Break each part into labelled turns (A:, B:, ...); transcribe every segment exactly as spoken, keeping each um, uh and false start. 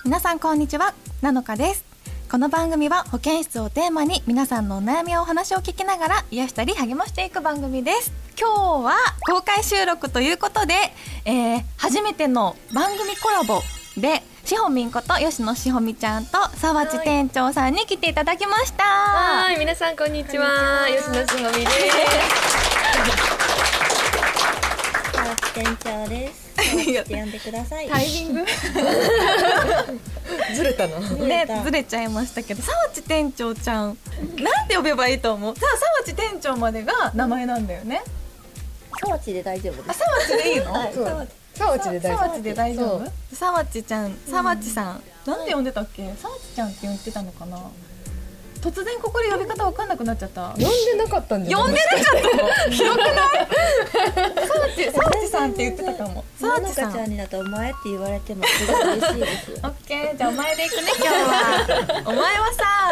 A: 皆さんこんにちは、なのかです。この番組は保健室をテーマに皆さんのお悩みやお話を聞きながら癒したり励ましていく番組です。今日は公開収録ということで、えー、初めての番組コラボでしほみんこと吉野しほみちゃんと沢地店長さんに来ていただきました。
B: はい、皆さんこんにちは、吉野しほみです。
C: 沢地店長です。って呼んでください。
A: タイミング
B: ずれたの
A: ね、ずれちゃいましたけど、沢地店長ちゃんなんて呼べばいいと思う？さあ、沢地店長までが名前なんだよね。
C: 沢地で大丈夫です。
A: あ、沢地でいいの？
C: はい、沢地
B: 沢地で大丈夫。
A: 沢地で大丈夫？沢地ちゃん、沢地さん、なんて呼んでたっけ？沢地ちゃんって言ってたのかな。突然ここで呼び方わかんなくなっちゃった。
B: 呼んでなかったんじゃない？
A: 呼んでなかったの？ひどくない？沢地、沢地さんって言ってたかも。
C: 沢地さん。なのかちゃんにだとお前って言われてもすごい嬉しいですよ。
A: オッケー、じゃあお前で行くね今日は。お前は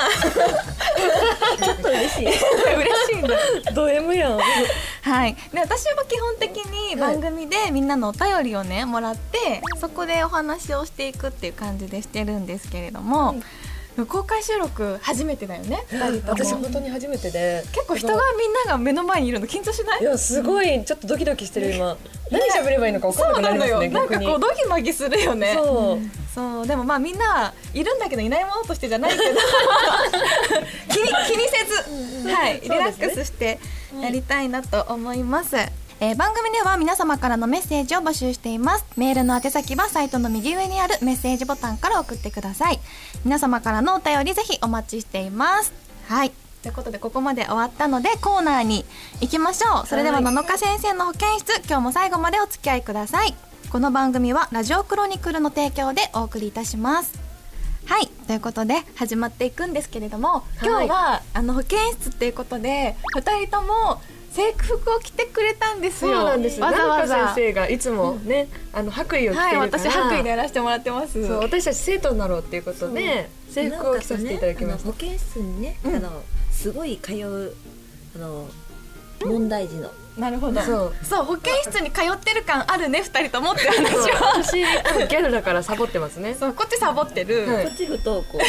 A: さ、
C: ちょっと嬉しい。
A: 嬉しいんだ。
B: ド M やん。
A: はい。で、私は基本的に番組でみんなのお便りをねもらって、そこでお話をしていくっていう感じでしてるんですけれども。はい、公開収録初めてだよね。
B: 私本当に初めてで、
A: 結構人がみんなが目の前にいるの緊張しない？
B: いや、すごいちょっとドキドキしてる今。何喋ればいいのか分からなくなりますね。
A: なんかこうドギマギするよね。
B: そう
A: そう、でもまあみんないるんだけどいないものとしてじゃないけど気に気にせず、はい、リラックスしてやりたいなと思います。えー、番組では皆様からのメッセージを募集しています。メールの宛先はサイトの右上にあるメッセージボタンから送ってください。皆様からのお便りぜひお待ちしています。はい、ということでここまで終わったのでコーナーに行きましょう。それではののか先生の保健室、今日も最後までお付き合いください。この番組はラジオクロニクルの提供でお送りいたします。はい、ということで始まっていくんですけれども、今日は、はい、あの保健室っていうことでふたりとも制服を着てくれたんですよ。
B: そうなんです。わざわざ先生がいつもね、うん、あの白衣を着てるから、はい、
A: 私白衣でやらせてもらってます。
B: そう、私たち生徒になろうっていうことで制服を着させていただきました。
C: 保健室にね、うん、あのすごい通うあの問題児の。
A: なるほど。そうそう、保健室に通ってる感あるね、ふたりともって話
B: は。私ギャルだからサボってますね。
A: そう、こっちサボってる、
C: はい、こっち不登校。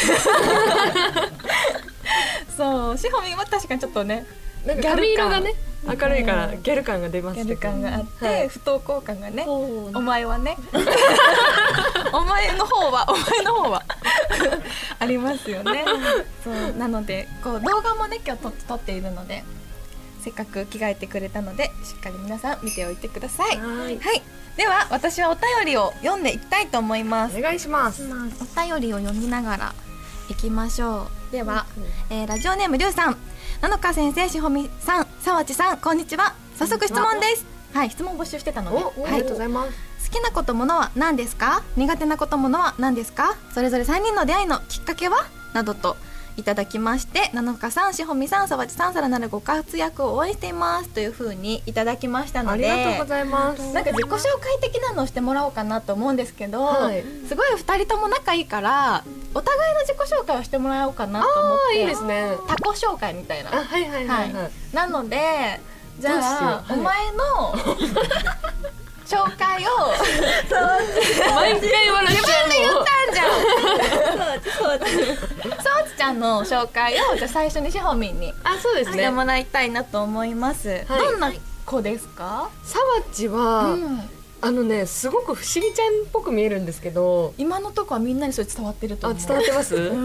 A: そう、しほみんは確かにちょっとね、
B: なんか髪色がね明るいからギャル感が出ます。
A: ギャル感があって、はい、不登校感がね。お前はねお前の方はお前の方はありますよね。そうなのでこう動画もね今日と撮っているので、せっかく着替えてくれたのでしっかり皆さん見ておいてください。はい、はい、では私はお便りを読んでいきたいと思います。
B: お願いします。
A: お便りを読みながらいきましょう。では、うん、えー、ラジオネームりゅうさん、なのか先生、しほみさん、さわちさん、こんにちは。早速質問です。はい、質問募集してたので、はい、
B: ありがとうございます。
A: 好きなことものは何ですか？苦手なことものは何ですか？それぞれさんにんの出会いのきっかけは？などといただきまして、なのかさん、しほみさん、さわちさん、さらなるご活躍を応援していますという風にいただきましたので、
B: ありがとうございます。
A: なんか自己紹介的なのをしてもらおうかなと思うんですけど、はい、すごいふたりとも仲いいからお互いの自己紹介をしてもらおうかなと思って。
B: あ、いいですね。
A: 他己紹介みたいな。
B: あ、はいはいはい、はい、
A: なのでじゃあ、はい、お前の紹介を
B: 毎回笑っちゃうの。
A: 自分で言ったんじゃん。さわちちゃんの紹介をじゃあ最初にしほみんに
B: あ、そうですね、
A: してもらいたいなと思います。はい、どんな子ですか？
B: さわちは、うん、あのね、すごく不思議ちゃんっぽく見えるんですけど、
A: 今のとこはみんなにそれ伝わってると思う。
B: あ、伝わってます、うん、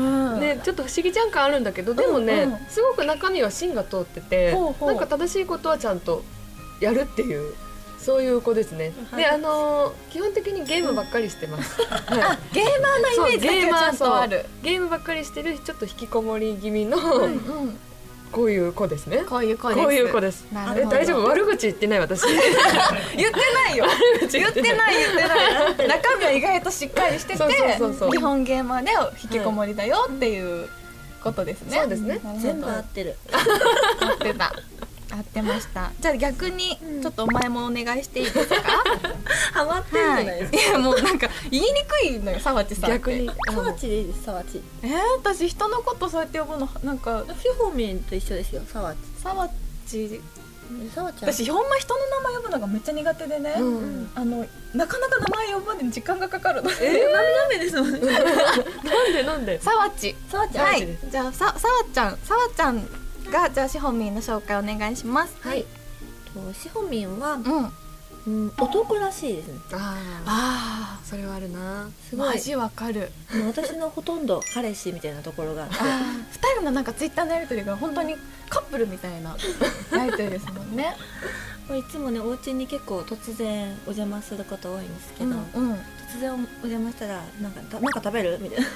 B: ね、ちょっと不思議ちゃん感あるんだけど、でもね、うんうん、すごく中身は芯が通ってて、ほうほう、なんか正しいことはちゃんとやるっていう、そういう子ですね。で、あのー、基本的にゲームばっかりしてます。はい、
A: あ、ゲーマーのイメージだけちゃんとある。
B: ゲームばっかりしてるちょっっと引きこもり気味の、うんうん、こういう子ですね。
A: こういう子です。
B: こういう子です。え、大丈夫？悪口言ってない私。言って
A: ないよ。言ってない言ってない。中身は意外としっかりしてて、そうそうそうそう、基本ゲーマーで引きこもりだよっていうことですね。
B: そうですね。
C: 全部合ってる。
A: 合ってた。合ってました。じゃあ逆にちょっとお前もお願いしていいですか？
C: ハマってるじゃないですか。
A: いやもうなんか言いにくいのよ、さわちさんって。
C: 逆にさわちでいいです。さわち。
A: えー、私人のことそうやって呼ぶのなんか
C: ひほみんと一緒ですよ。さわち。
A: さわち
C: さわちゃん、
A: 私ほんま人の名前呼ぶのがめっちゃ苦手でね、
B: うん、
A: あのなかなか名前呼ぶまでに時間がかかるの。
C: えー、涙目ですもんね。
B: なんでなんで
A: さわち、
C: さわちゃん、
A: はい、じゃあささわちゃん、さわちゃんがじゃあしほみんの紹介お願いします。
C: はい。としほみんは、
A: うん
C: うん、男らしいですね。
B: ああ、それはあるな。
A: すごいマジわかる。
C: もう私のほとんど彼氏みたいなところがあって、
A: ふたりのなんかツイッターのやり取りが本当にカップルみたいなやり取りですもんね。
C: いつもね、お家に結構突然お邪魔すること多いんですけど、
A: うんうん、
C: 突然お邪魔したらなんかなんか食べるみたいな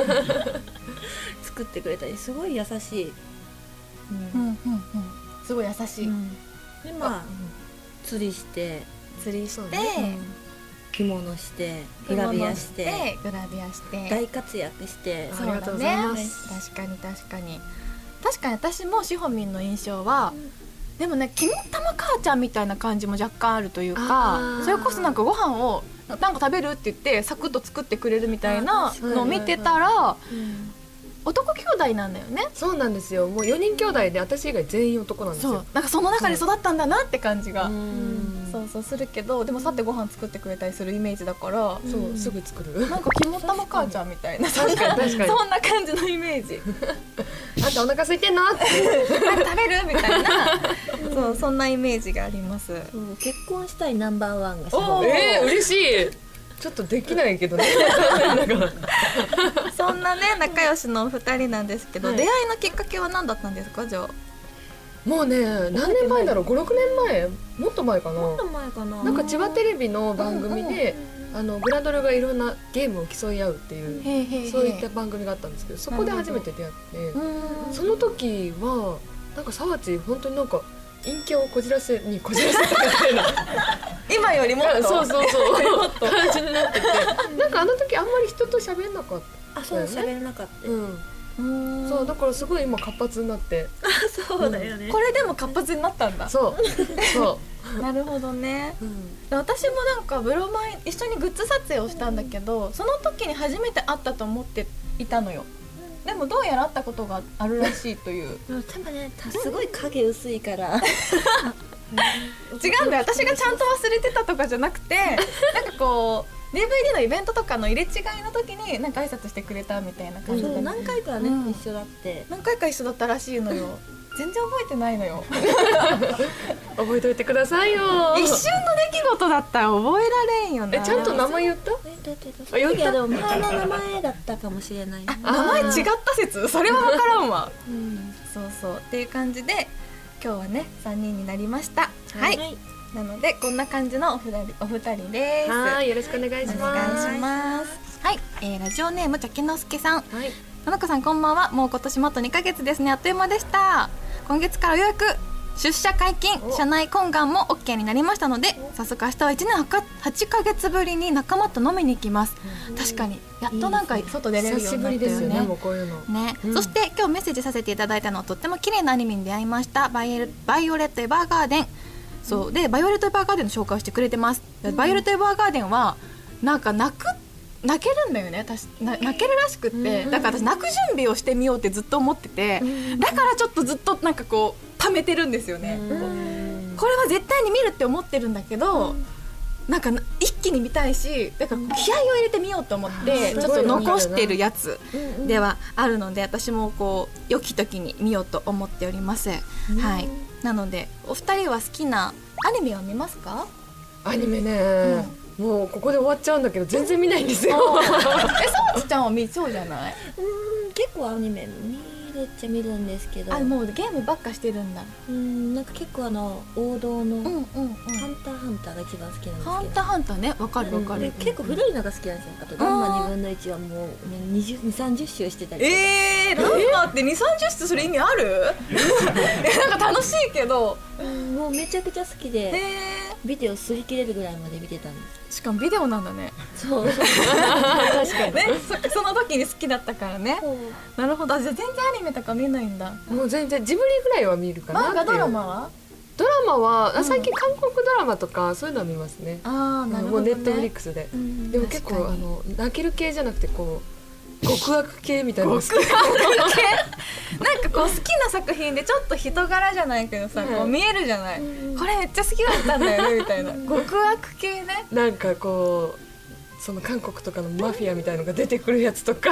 C: 作ってくれたり、すごい優しい、
A: うんうんうんうん、すごい優しい、うん、
C: でまあ、釣りして
A: 釣りして、
C: ね、うん、着物してグラビアして
A: グラビアして
C: 大活躍して、
A: ありがとうございます。確かに確かに確かに私もしほみんの印象は、うん、でもね、肝っ玉母ちゃんみたいな感じも若干あるというか、それこそなんかご飯をなんか食べるって言ってサクッと作ってくれるみたいなのを見てたら、男兄弟なんだよね。
B: そうなんですよ。もうよにん兄弟で私以外全員男なんですよ。
A: そう、なんかその中で育ったんだなって感じが、うん、そうそうするけど、でもさってご飯作ってくれたりするイメージだから、
B: うん、そうすぐ作る。
A: なんか肝っ玉母ちゃんみたいな、
B: 確かに確かに
A: そんな感じのイメージ。
B: あんたお腹空いてんの？って
A: なんか食べるみたいな、そうそんなイメージがあります。
C: そう結婚したいナンバーワンがすごい。
B: えー、嬉しい。ちょっとできないけどね。
A: そんなね仲良しのお二人なんですけど、はい、出会いのきっかけは何だったんですか？じゃあ
B: もうね、何年前だろう、ごろくねんまえ、もっと前かな。
C: もっと前かな。
B: なんか千葉テレビの番組で、うんうん、あのグラドルがいろんなゲームを競い合うっていうへーへーへーそういった番組があったんですけど、そこで初めて出会って、その時はなんか沢地本当になんか陰キャをこじらせにこじらせたみたいな
A: 今よりもっと
B: そうそうそうもっと感じになってて、なんかあの時あんまり人と喋んなかった、
C: あ、そう喋れなかった、
B: うん、そうだからすごい今活発になって。
C: あ、そうだよね、
A: うん、これでも活発になったんだ。
B: そうそう
A: なるほどね、うん、私もなんかブロマイ一緒にグッズ撮影をしたんだけど、その時に初めて会ったと思っていたのよ。でもどうやら会ったことがあるらしいという。
C: 多分ね、すごい影薄いから違
A: うんだよ、私がちゃんと忘れてたとかじゃなくて、なんかこう ディーブイディー のイベントとかの入れ違いの時になんか挨拶してくれたみたいな感じで、
C: そう何回かね、うん、一緒だって
A: 何回か一緒だったらしいのよ。全然覚えてないのよ。
B: 覚えておいてくださいよ。
A: 一瞬の出来事だったら覚えられんよな。
B: え、ちゃんと名前言った？
C: いやでも前の名前だったかもしれない。
A: あ、名前違った説？それは分からんわ。うん、そうそうっていう感じで今日はねさんにんになりました。はい。はい、なのでこんな感じのお二人お二人です。
B: はい、よろしくお願いします。
A: お願いします。はい、えー、ラジオネームちゃけのすけさん。
B: はい。
A: ののこさんこんばんは。もう今年もあとにかげつですね。あっという間でした。今月からようやく出社解禁、社内懇願も オーケー になりましたので、早速明日はいちねんはちかげつぶりに仲間と飲みに行きます。確かにやっとなんか外出れるようになったよね。
B: もうこういうの
A: ね、うん、そして今日メッセージさせていただいたのはとっても綺麗なアニメに出会いました。バイエルバイオレット・エヴァーガーデン、そうでバイオレット・エヴァーガーデンの紹介をしてくれてます。バイオレット・エヴァーガーデンはなんか泣く泣けるんだよね。私泣けるらしくって、だから私泣く準備をしてみようってずっと思ってて、だからちょっとずっとなんかこう溜めてるんですよね。これは絶対に見るって思ってるんだけど、なんか一気に見たいし、だから気合を入れてみようと思ってちょっと残してるやつではあるので、私もこう良き時に見ようと思っております。はい。なのでお二人は好きなアニメは見ますか？
B: アニメね、うん、もうここで終わっちゃうんだけど全然見ないんですよ。
A: え、さちゃんは見そうじゃない？
C: うん、結構アニメ見るっちゃ見るんですけど、
A: あ、もうゲームばっかしてるんだ。
C: うん、なんか結構あの王道のハンターハンターが一番好きなんですけど。
A: ハンターハンターね、わかるわかる。
C: 結構古いのが好きなんですよ。あとランマにぶんのいちはもうにじゅう、さんじゅっ周してたりとか。
A: えー、ランマってにじゅう、さんじゅっ周する意味ある？え、なんか楽しいけど、
C: もうめちゃくちゃ好きで、ビデオ擦り切れるぐらいまで見てたんです。
A: しかもビデオなんだね。
C: そう確かに
A: ね、そ, その時に好きだったからね。なるほど。じゃあ全然アニメとか見ないんだ。
B: もう全然ジブリぐらいは見るかなっていう。
A: 漫画ドラマは
B: ドラマは、うん、最近韓国ドラマとかそういうのは見ますね。
A: ああ、なるほどね。
B: もうネットフリックスで、うん、でも結構あの泣ける系じゃなくてこう極悪系みたいなの
A: 極悪系なんかこう好きな作品でちょっと人柄じゃないけどさ、はい、こう見えるじゃない、うん、これめっちゃ好きだったんだよねみたいな極悪系ね。
B: なんかこうその韓国とかのマフィアみたいのが出てくるやつとかあ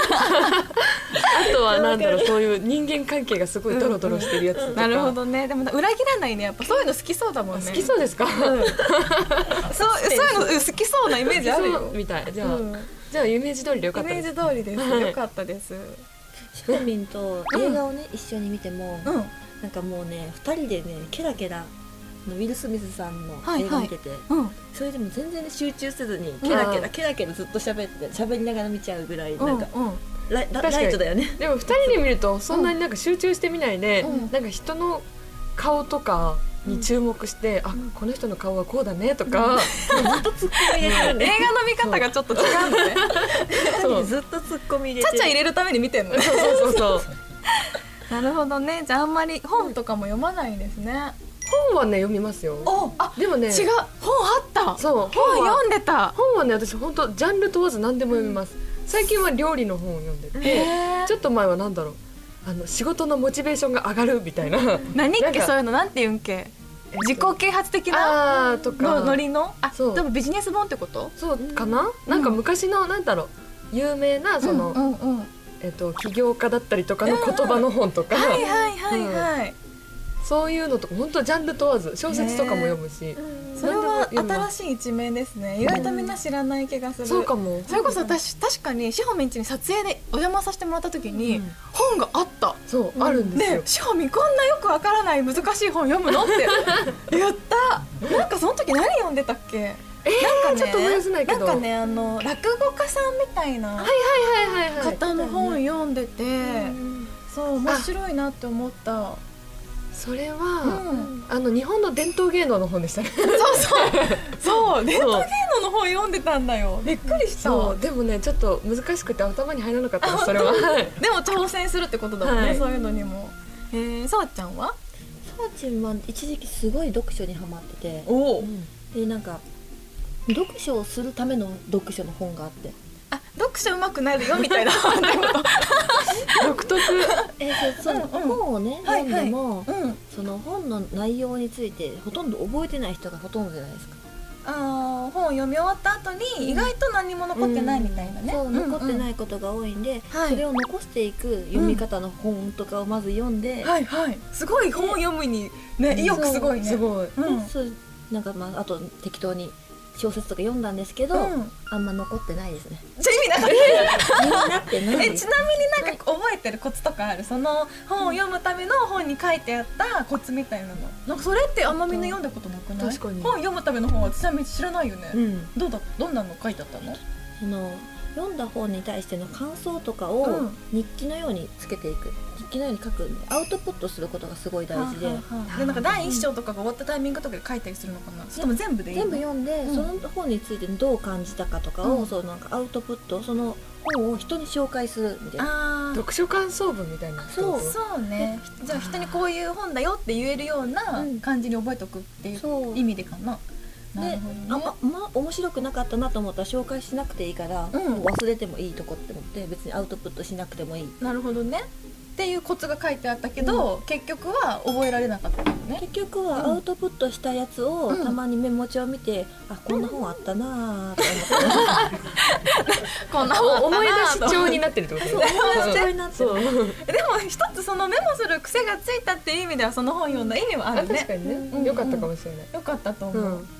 B: とはなんだろうそういう人間関係がすごいドロドロしてるやつとか、
A: なるほどね。でも裏切らないね、やっぱそういうの好きそうだもんね。
B: 好きそうですか、うん、そう
A: そういうの好きそうなイメージあるよ
B: みたい。じゃあ、うん、じゃあイメージ通りでよかったです。
A: イメージ通りです、はい、よかったです。
C: シホミンと映画をね、うん、一緒に見ても、うん、なんかもうねふたりでねケラケラウィル・スミスさんの映画見てて、はいはいうん、それでも全然、ね、集中せずにケラケラケラケラずっと喋って喋りながら見ちゃうぐらいなんか、うんうん、ラ, ライトだよね。
B: でもふたりで見るとそんなになんか集中してみないで、うん、なんか人の顔とかに注目して、うん、あこの人の顔はこうだねとか、うん、
C: ずっとツッコミ入れてる、ね、
A: 映画の見方がちょっと違うんだね
C: そうずっとツッコミ入れてる、
A: ちゃちゃ入れるために見てんの。
B: そうそうそうそう
A: なるほどね。じゃああんまり本とかも読まないんですね。
B: 本はね読みますよ。
A: おあでもね違う、本あった。
B: そう
A: 本読んでた。
B: 本はね私本当ジャンル問わず何でも読みます、うん、最近は料理の本を読んでて、ちょっと前はなんだろうあの仕事のモチベーションが上がるみたいな
A: 何っけそういうのなんて言うんけ、えっと、自己啓発的な
B: あとか
A: のノリのあそうでもビジネス本ってこと
B: そうかな、うん、なんか昔のなんだろう有名なその、うんうんうんえっと、起業家だったりとかの言葉の本とか、うん、
A: はいはいはいはい、うん
B: そういうのとか本当ジャンル問わず小説とかも読むし、
A: それは新しい一面ですね。意外とみんな知らない気がする、
B: うん、そうかも。
A: それこそ私確かにシホミン家に撮影でお邪魔させてもらった時に、うん、本があった。
B: そう、うん、あるんですよ。
A: でシホミンこんなよくわからない難しい本読むのって言ったなんかその時何読んでたっけ。
B: えー、なんかね、ちょっと思い出せないけど
A: なんかねあの落語家さんみたいな方の本読んでて、そう面白いなって思った。
B: それは、うん、あの日本の伝統芸能の本でしたね。
A: そうそうそう伝統芸能の本読んでたんだよ。びっくりした。
B: そうでもねちょっと難しくて頭に入らなかったですそれは。
A: でも挑戦するってことだもんね、はい、そういうのにも。えー、さわちゃんは？
C: さわちゃんは一時期すごい読書にハマってて、
A: お、うん、
C: でなんか読書をするための読書の本があって。
A: あ、読書うまくなるよみたいな
B: 独特
C: えー、そ, その本をね、うん、読んでも、はいはいうん、その本の内容についてほとんど覚えてない人がほとんどじゃないですか。
A: あ本を読み終わった後に意外と何も残ってないみたいなね、
C: うんうん、そう残ってないことが多いんで、うんうん、それを残していく読み方の本とかをまず読んで、
A: うん、はいはいすごい本を読むにね意欲すごいね。
B: すごい、
C: うん、そうなんかまああと適当に小説とか読んだんですけど、うん、あんま残ってないですね。
A: じゃあ意味なかった
C: 意味なってない
A: えちなみになんか覚えてるコツとかある？その本を読むための本に書いてあったコツみたいなの。なんかそれってあんまみんな読んだことなくない？
B: 確かに
A: 本読むための本はちなみに知らないよね、うん、どうだどんなの書いてあったの？
C: その読んだ本に対しての感想とかを日記のようにつけていく、日記のように書くアウトプットすることがすごい大事で、はあは
A: あ、でなんか第一章とかが終わったタイミングとかで書いたりするのかな、それとも全部でいいの？
C: 全部読んで、うん、その本についてどう感じたかとかを、うん、そうなんかアウトプットその本を人に紹介するみたいな。
B: あ読書感想文みたいな。
A: そうそうね。じゃあ人にこういう本だよって言えるような感じに覚えておくっていう意味でかな。
C: で、ね、あまま面白くなかったなと思ったら紹介しなくていいから、うん、忘れてもいいとこって思って別にアウトプットしなくてもいい。
A: なるほどねっていうコツが書いてあったけど、うん、結局は覚えられなかったのね。
C: 結局はアウトプットしたやつを、うん、たまにメモ帳を見て、うん、あこんな本あったなと思って
A: こんな本あったな
B: 思い出し帳になってるってことですね。
C: 思い出し帳になってる。
A: でも一つそのメモする癖がついたっていう意味ではその本読んだ意味はあるね。
B: 確かにね、うんうん、よかったかもしれない。
A: よかったと思う、うん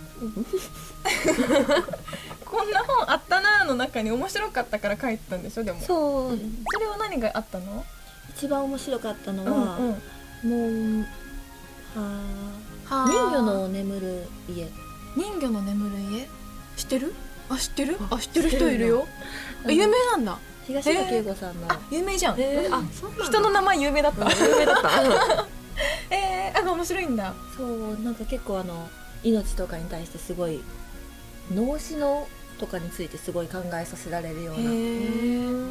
A: こんな本あったなの中に面白かったから書いてたんでしょ。でも
C: そう、うん、
A: それは何があったの？
C: 一番面白かったのは、うんうん、もうは人魚の眠る家。
A: 人魚の眠る家知ってる？あ知ってる？あ知ってる人いるよ。有名なんだ。
C: 東野圭吾さんの、
A: あ有名じゃん、
B: えー、あそうなんだ。
A: 人の名前有名だった。
B: 有名だった
A: えー、あ面白いんだ。
C: そうなんか結構あの命とかに対してすごい脳死のとかについてすごい考えさせられるような。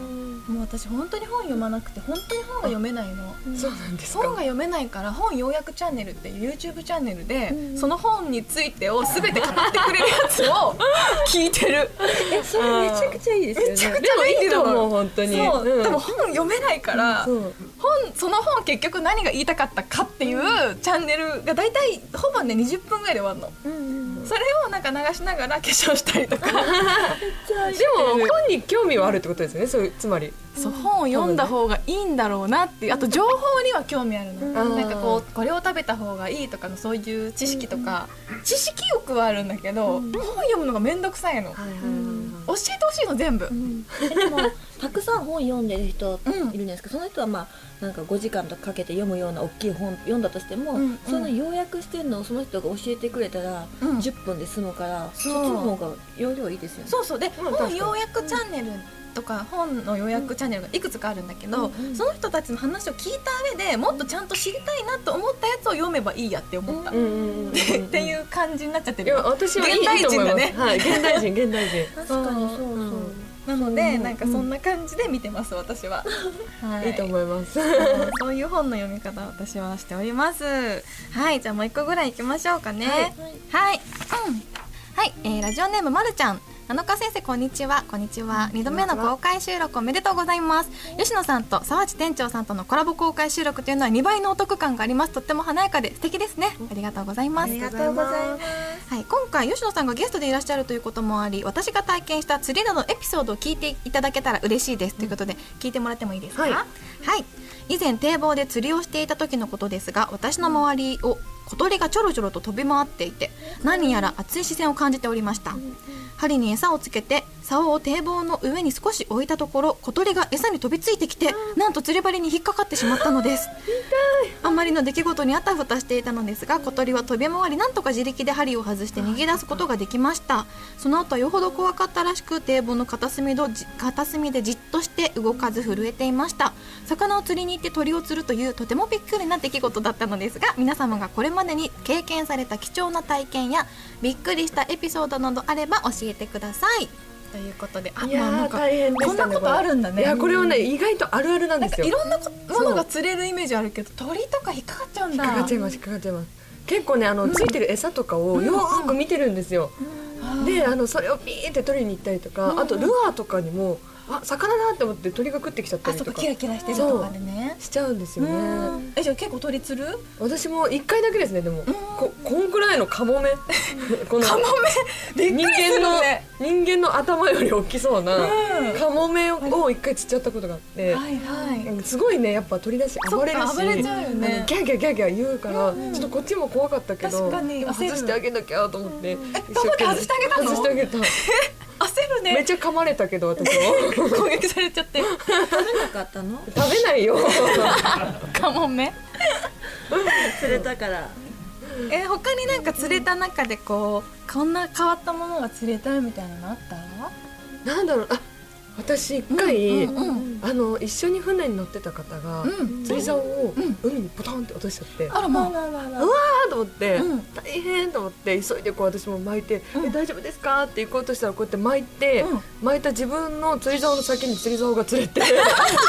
A: もう私本当に本読まなくて本当に本が読めないの。
B: そうなんですか。
A: 本が読めないから本要約チャンネルっていう YouTube チャンネルで、うん、その本についてを全て語ってくれるやつを聞いてる。
C: え、それめちゃくちゃいいですよね。めちゃく
A: ちゃいいと思
B: う本当に。
A: そう、うん、でも本読めないから、うん、本その本結局何が言いたかったかっていうチャンネルがだいたいほぼねにじゅっぷんぐらいで終わるの。うんうん、それをなんか流しながら化粧したりとか。でも
B: 本に興味はあるってことですよね。そういうつまり。
A: そう、本を読んだ方がいいんだろうなっていう、あと情報には興味あるの、うん、なんかこうこれを食べた方がいいとかのそういう知識とか、うん、知識欲はあるんだけど、うん、本読むのがめんどくさいの、はいはいはいはい、教えてほしいの全部、うん、
C: えでもたくさん本読んでる人いるんですけど、その人はまあなんかごじかんとかかけて読むような大きい本読んだとしても、うんうん、その要約してるのをその人が教えてくれたら、うん、じゅっぷんで済むから、そっちの方が容量いいですよね。
A: そうそうで、うん、本要約チャンネルとか本の要約チャンネルがいくつかあるんだけど、うんうん、その人たちの話を聞いた上でもっとちゃんと知りたいなと思ったやつを読めばいいやって思った、うんうんうん、っていう感じになっちゃってる。
B: いや私は現代人だね、はい、現代人現代人
C: 確かにそうそう、うん、
A: なのでなんかそんな感じで見てます私は、
B: はい、いいと思います
A: そういう本の読み方を私はしております。はい、じゃあもう一個ぐらい行きましょうかね。はい、はいはい、うん、はい、えー、ラジオネームまるちゃん。なのか先生こんにちは。こんにちは。にどめの公開収録おめでとうございます。吉野さんと沢地店長さんとのコラボ公開収録というのはにばいのお得感があります。とっても華やかで素敵ですね。ありがとうございます。
C: ありがとうございます。
A: はい、今回吉野さんがゲストでいらっしゃるということもあり、私が体験した釣りなどのエピソードを聞いていただけたら嬉しいです、うん、ということで聞いてもらってもいいですか。はい、はい、以前堤防で釣りをしていた時のことですが、私の周りを小鳥がちょろちょろと飛び回っていて、何やら熱い視線を感じておりました。針に餌をつけて竿を堤防の上に少し置いたところ、小鳥が餌に飛びついてきて、なんと釣り針に引っかかってしまったのです。あまりの出来事にあたふたしていたのですが、小鳥は飛び回りなんとか自力で針を外して逃げ出すことができました。その後はよほど怖かったらしく、堤防の片隅ど片隅でじっとして動かず震えていました。魚を釣りに行って鳥を釣るというとてもびっくりな出来事だったのですが、皆様がこれまでに経験された貴重な体験やびっくりしたエピソードなどあれば教えてくださいということで。
B: あ、いやー、まあ、なんか大変でしたね。
A: こんなことあるんだね。
B: いや、これはね意外とあるあるなんですよ。
A: なんかいろんなものが釣れるイメージあるけど、鳥とか引っかかっちゃうんだ。
B: 引っかかっちゃいます引っかかっちゃいます。結構ねあの、うん、ついてる餌とかをよーく見てるんですよ、うんうん、であのそれをピーって取りに行ったりとか、うん、あとルアーとかにもあ魚だって思って鳥が食ってきちゃったりとか、あ、そこキラキラしてるとかでねしちゃうんですよね。
A: え、じゃあ結構鳥釣る？
B: 私もいっかいだけですね。でもここんくらいのカモメこの
A: カモメびっくりするね。
B: 人間の頭より大きそうなカモメをいっかい釣っちゃったことがあって、はいはい、すごいねやっぱ取り出し暴れるし、
A: 暴れちゃうよね、
B: ギャーギャーギャーギャー言うから、うん、ちょっとこっちも怖かったけど、でも外してあげなきゃと思って、うん、
A: え、頑張って外してあげたの？
B: 外してあげた
A: 焦るね。
B: めっちゃ噛まれたけど私も
A: 攻撃されちゃって
C: 食べなかったの？
B: 食べないよ
A: カモメ
C: 釣れたから。
A: え、他になんか釣れた中でこうこんな変わったものが釣れたみたいなのあった？
B: なんだろう、あ、私一回、うんうんうん、あの一緒に船に乗ってた方が、うん、釣り竿を海にポトンって落としちゃって、うん、あらまあ、うわーと思って、うん、大変と思って急いでこう私も巻いて、うん、え大丈夫ですかって行こうとしたらこうやって巻いて、うん、巻いた自分の釣り竿の先に釣り竿が釣れてすごい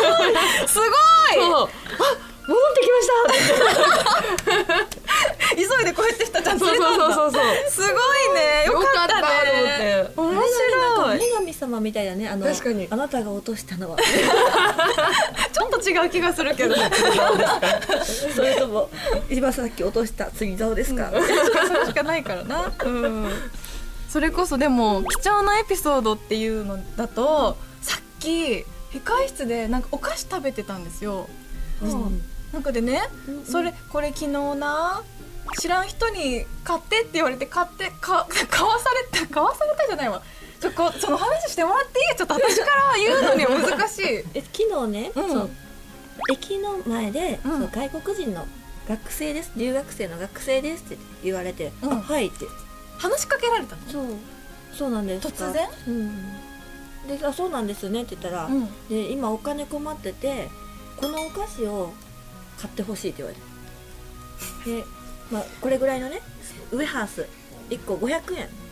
B: そう、あ、戻ってきましたって
A: 急いでこうやってしたちゃんと釣れたんだ。
B: そうそうそうそう
A: すごいね、よかったね。
C: と思って面白い。女神様みたいだね。あの
B: 確かに
C: あなたが落としたのは
A: ちょっと違う気がするけど
C: それとも今さっき落とした釣り竿ですか？
A: うん、それしかないからな、うん、それこそでも貴重なエピソードっていうのだと、さっき控室でなんかお菓子食べてたんですよ、うん、なんかでね、うんうん、それこれ昨日な知らん人に買ってって言われて買ってか買わされた買わされたじゃないわ。ちょこその話してもらっていい？ちょっと私から言うのには難しい
C: え昨日ね、うん、そう駅の前で、うん、そう外国人の学生です、留学生の学生ですって言われて、うん、あはいって
A: 話しかけられたの？
C: そうそうなんです。
A: 突然、
C: うん、であそうなんですねって言ったら、うん、で今お金困っててこのお菓子を買ってほしいって言われてで、まあ、これぐらいのねウエハースいっこごひゃくえん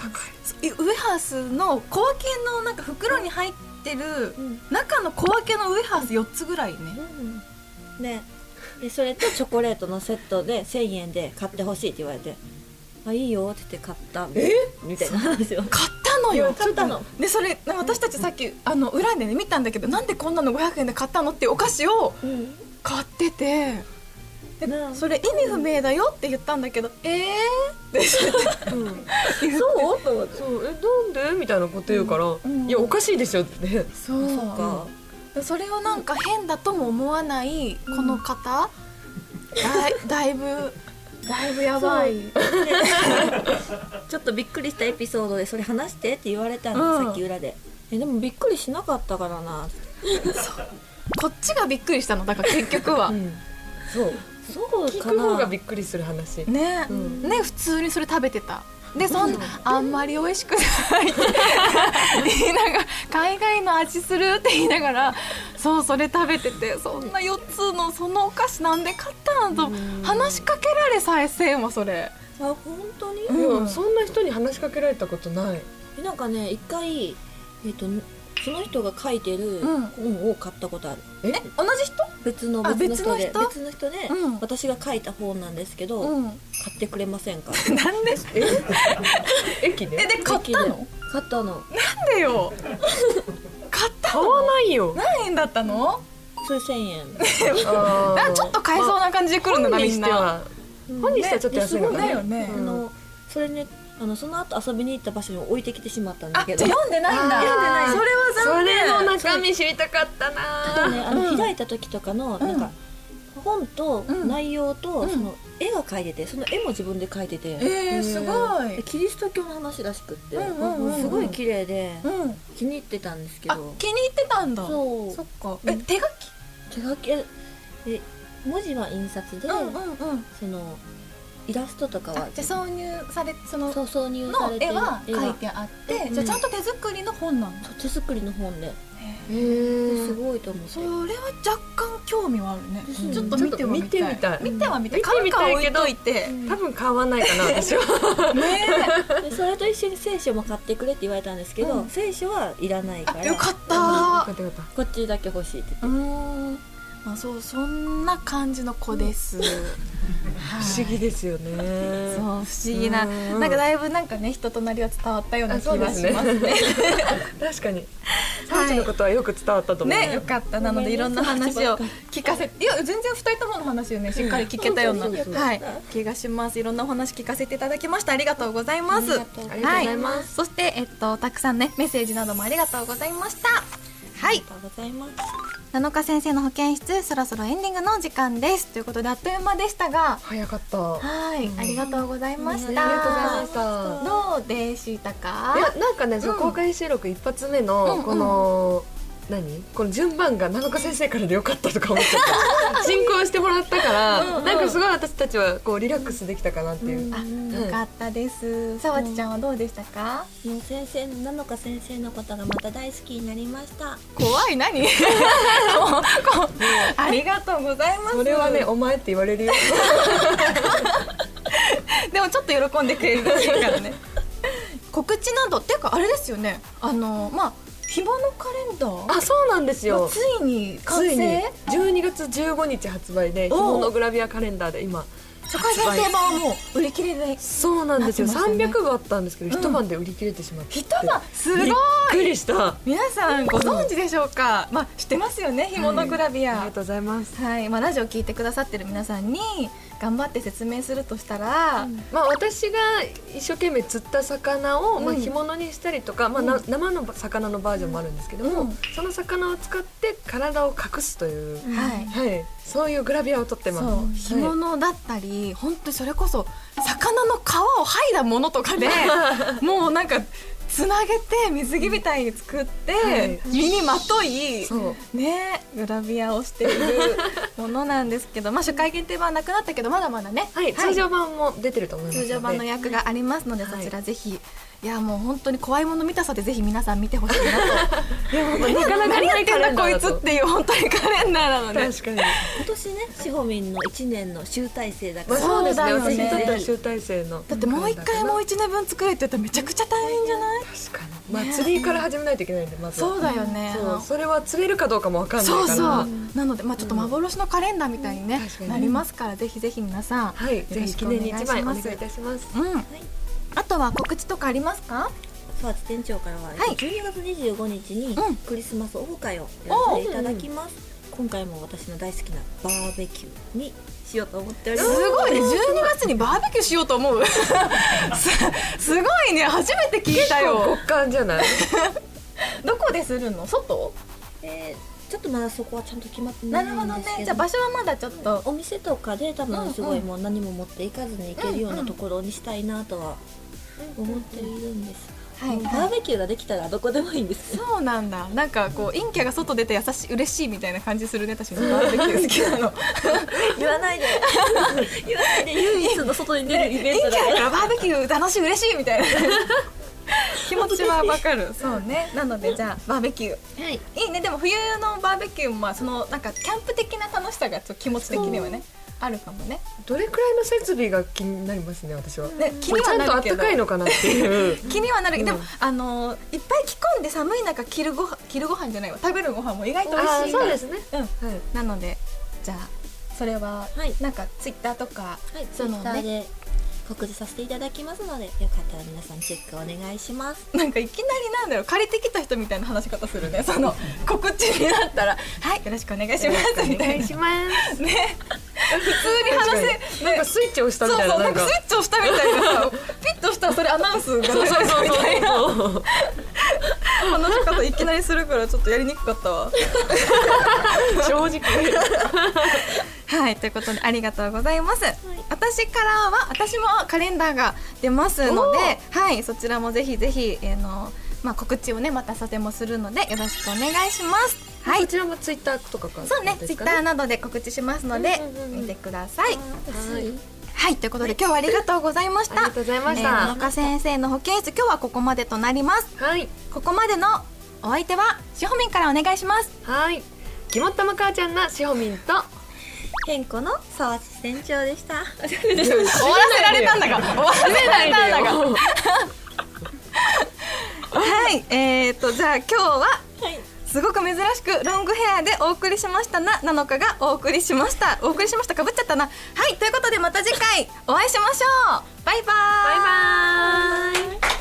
A: 高い。ウエハースの小分けのなんか袋に入ってる中の小分けのウエハースよっつぐらいね、
C: うんうん、で, でそれとチョコレートのセットでせんえんで買ってほしいって言われて、あ、いいよって言って買ったみたいな話を
A: 買ったのよ。
C: 買ったの
A: でそれ私たちさっきあの裏でね見たんだけど、なんでこんなのごひゃくえんで買ったのっていうお菓子を買ってて、でそれ意味不明だよって言ったんだけど、えーって、うん、
C: そうと思って、
B: そうえなんでみたいなこと言うから、うん、いやおかしいでしょって。
A: そうそうか、それをなんか変だとも思わないこの方、うん、だ, だいぶだいぶやばい
C: ちょっとびっくりしたエピソードでそれ話してって言われたの、うん、さっき裏で。えでもびっくりしなかったからな
A: そうこっちがびっくりしたのだから結局は、うん、
B: そう
C: そう
B: 聞く方がびっくりする話
A: ね、うん、ね普通にそれ食べてた。でそんなあんまり美味しくないって言いながら海外の味するって言いながらそうそれ食べてて、そんなよっつのそのお菓子なんで買ったのと話しかけられさえせんわそれ。
C: あ本当に、
B: うん、そんな人に話しかけられたことない。
C: えなんかね一回、えーとその人が書いてる本を買ったことある、
A: うん、え同じ人
C: 別の別の人で
A: 別の人
C: 別の人で、うん、私が書いた本なんですけど、うん、買ってくれませんか
A: なんで
B: え駅で
A: えで買ったの
C: 買ったの
A: なんでよ買ったの
B: 買わないよ。
A: 何円だったの
C: それせんえん
A: あちょっと買えそうな感じで来るんだな、みんな。
B: 本にしてはちょっと安いの
A: だよね、
C: あのそれねあのその後遊びに行った場所に置いてきてしまったんだけど。
A: あじゃ読んでないんだ。
C: 読んでない。
A: それは残念。
B: それの中身知りたかったな。
C: ただねあの、うん、開いた時とかのなんか、うん、本と内容と、うん、その絵が描いてて、その絵も自分で描いてて、
A: えー、すごい。
C: キリスト教の話らしくって、
A: うんうんうんうん、
C: すごい綺麗で、うん、気に入ってたんですけど。
A: あ気に入ってたんだ。
C: そう。
A: そっか。え手書き？
C: 手書きえ文字は印刷で、うんうんうん、そのイラストとかは
A: じゃ挿入されその
C: そう挿入されて
A: の絵は描いてあって、うん、じゃあちゃんと手作りの本なの。
C: 手作りの本で、へ
A: え
C: すごいと思って。
A: それは若干興味はあるね、うん、ちょっと見てはみたい。
B: 見てみたい
A: 見てはみたい。買うか置いといて、
B: うん、多分買わないかな私は
C: ねでそれと一緒に聖書も買ってくれって言われたんですけど、うん、聖書はいらないから。
A: よかった
C: こっちだけ欲しいって言って。うん
A: まあ、そうそんな感じの子です、うんはい、
B: 不思議ですよね。
A: そう不思議な、うん、なんかだいぶなんかね人となりは伝わったような気がしますね。
B: 確かにサンチのことはよく伝わったと思う、
A: はい、ねよかった。なのでいろんな話を聞かせていや全然ふたりともの話をねしっかり聞けたような、うんはい、気がします。いろんなお話聞かせていただきました。ありがとうございます。ありがとうございます、はい、そして、えっと、たくさんねメッセージなどもありがとうございました。はい、ありがとうございます。なのか先生の保健室そろそろエンディングの時間ですということであっという間でしたが
B: 早かった。
A: はい、うん、ありがとうございました。
B: ありがとうございました。
A: どうでしたか？
B: いやなんかね、うん、その公開収録一発目のこの、うんうん、何この順番がなのか先生からでよかったとか思っちゃった進行してもらったからうん、うん、なんかすごい私たちはこうリラックスできたかなっていう、うん、
A: あ、よかったです。さわちちゃんはどうでしたか？
C: もう先生なのか先生のことがまた大好きになりました。
A: 怖い何ありがとうございます。
B: それはねお前って言われるよ
A: でもちょっと喜んでくれるらしいからね告知などっていうかあれですよね、あのまあひものカレンダー
B: あそうなんですよ。
A: ついに完成。
B: じゅうにがつじゅうごにち発売でひものグラビアカレンダーで今
A: 初回限定版はもう売り切れで、
B: そうなんですよ、ね、さんびゃくぶあったんですけど、うん、一晩で売り切れてしまって
A: 一晩すごい
B: びっくりした。
A: 皆さんご存知でしょうか、うん、まあ知ってますよねひものグラビア、
B: はい、ありがとうございます、
A: はいまあ、ラジオ聞いてくださってる皆さんに頑張って説明するとしたら、
B: うんまあ、私が一生懸命釣った魚を、うんまあ、干物にしたりとか、まあ、な生の魚のバージョンもあるんですけども、うん、その魚を使って体を隠すという、うんはいはい、そういうグラビアを撮ってます。
A: 干物だったり、はい、本当にそれこそ魚の皮を剥いだものとかでもうなんかつなげて水着みたいに作って、はい、身にまとい、ね、グラビアをしているものなんですけど、まあ、初回限定版なくなったけどまだまだね、
B: はいはい、通常版も出てると思いますので
A: 通常版の役がありますので、はい、そちらぜひいやもう本当に怖いもの見たさでぜひ皆さん見てほしいなと。いや本当に
B: なかなか
A: 何やってんだこいつ
B: と
A: っていう本当にカレンダーなので。
B: 確かに
C: 今年ねしほみんのいちねんの集大成だか
B: まあ
C: ら、
B: そうですね、
A: そうだよね
B: 私にとっては集大成の
A: だってもう一回もう一年分作れって言ったらめちゃくちゃ大変じゃない？
B: 確かに、まあ釣りから始めないといけないんで、まずは
A: そうだよね。
B: そうそれは釣れるかどうかもわかんないから、
A: そうそうなのでまあちょっと幻のカレンダーみたいにね、
B: 確かに
A: なりますから、ぜひぜひ皆さん
B: はい、ぜひ記念に一枚お願いい
A: す
B: たします。
A: うんあとは告知とかありますか？
C: 沢地店長からは、
A: はい
C: じゅうにがつにじゅうごにちに
A: うん
C: クリスマスオフ会をやらせていただきます。今回も私の大好きなバーベキューにしようと思っております。
A: すごいね、じゅうにがつにバーベキューしようと思うす, すごいね、初めて聞いたよ。
B: 極寒じゃない
A: どこでするの？外？
C: えー、ちょっとまだそこはちゃんと決まってな
A: ないるほどね。
C: んですけど、
A: じゃあ場所はまだちょっと。
C: お店とかで多
A: うんうん
C: 分すごいもう何も持っていかずに行けるようなところにしたいなとは思っているんです。
A: はい
C: もうバーベキューができたらどこでもいいんですよ。
A: そうなんだ。なんかこう陰キャが外出て優しい嬉しいみたいな感じするね。私もバーベキュー好きなの。
C: 言わないで言わないで、唯一の外に出るイベントだから
A: 陰キャだからバーベキュー楽しい嬉しいみたいな気持ちはわかる。そうね。なのでじゃあバーベキュー。
C: はい、
A: いいね。でも冬のバーベキューもまあそのなんかキャンプ的な楽しさがちょっと気持ち的にはねあるかもね。
B: どれくらいの設備が気になりますね、私は。
A: ね気に
B: ちゃんとあっ
A: はなるけど。
B: たかいのかなっていう
A: 気にはなるけど、
B: うん
A: でもあのーいっぱい着込んで寒い中着るご飯着るご飯じゃないわ食べるご飯も意外と美
B: あー
A: 味しいから。
B: そうですね、
A: うん。
B: はい、
A: なのでじゃあそれは、
C: はい
A: なんかツイッターとか、
C: はい、
A: その
C: Twitter
A: ね
C: で告知させていただきますので、よかったら皆さんチェックお願いします。
A: なんかいきなりなんだろう借りてきた人みたいな話し方するね。その告知になったらはいよろしくお願いしますみたいな。
B: お願いします
A: ね。普通に話せ
B: なんかスイッチ押したみ
A: そうそう
B: たいな、
A: なんかスイッチ押したみたいなさピッとしたらそれアナウンスが流れてるみたいな話し方いきなりするからちょっとやりにくかったわ。
B: 正直
A: はいということでありがとうございます、私からは私もカレンダーが出ますので、はいそちらもぜひぜひ、えーのまあ、告知をねまたさせもするのでよろしくお願いします。はい、
B: こちらもツイッターとかから
A: そうね
B: ですか
A: ツイッターなどで告知しますので、
B: うんうんうんうん
A: 見てください。
B: はい
A: はいということで今日はありがとうございました。
B: ありがとうございました
A: えー野中先生の保健室今日はここまでとなります。
B: はい
A: ここまでのお相手はしほみんからお願いします。
B: はい肝っ玉母ちゃんなしほみんと
C: 変更の沢地店長でした
A: 終わらせられたんだが終わらせられたんだがはいえーとじゃあ今日は
C: はい
A: すごく珍しくロングヘアでお送りしましたななのかがお送りしましたお送りしましたかぶっちゃったな。はいということでまた次回お会いしましょう。バイバーイ。
B: バイバーイ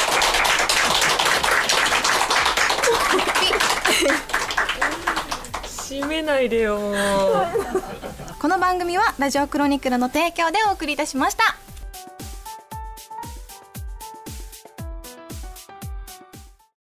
B: 閉めないでよ
A: この番組はラジオクロニクルの提供でお送りいたしました。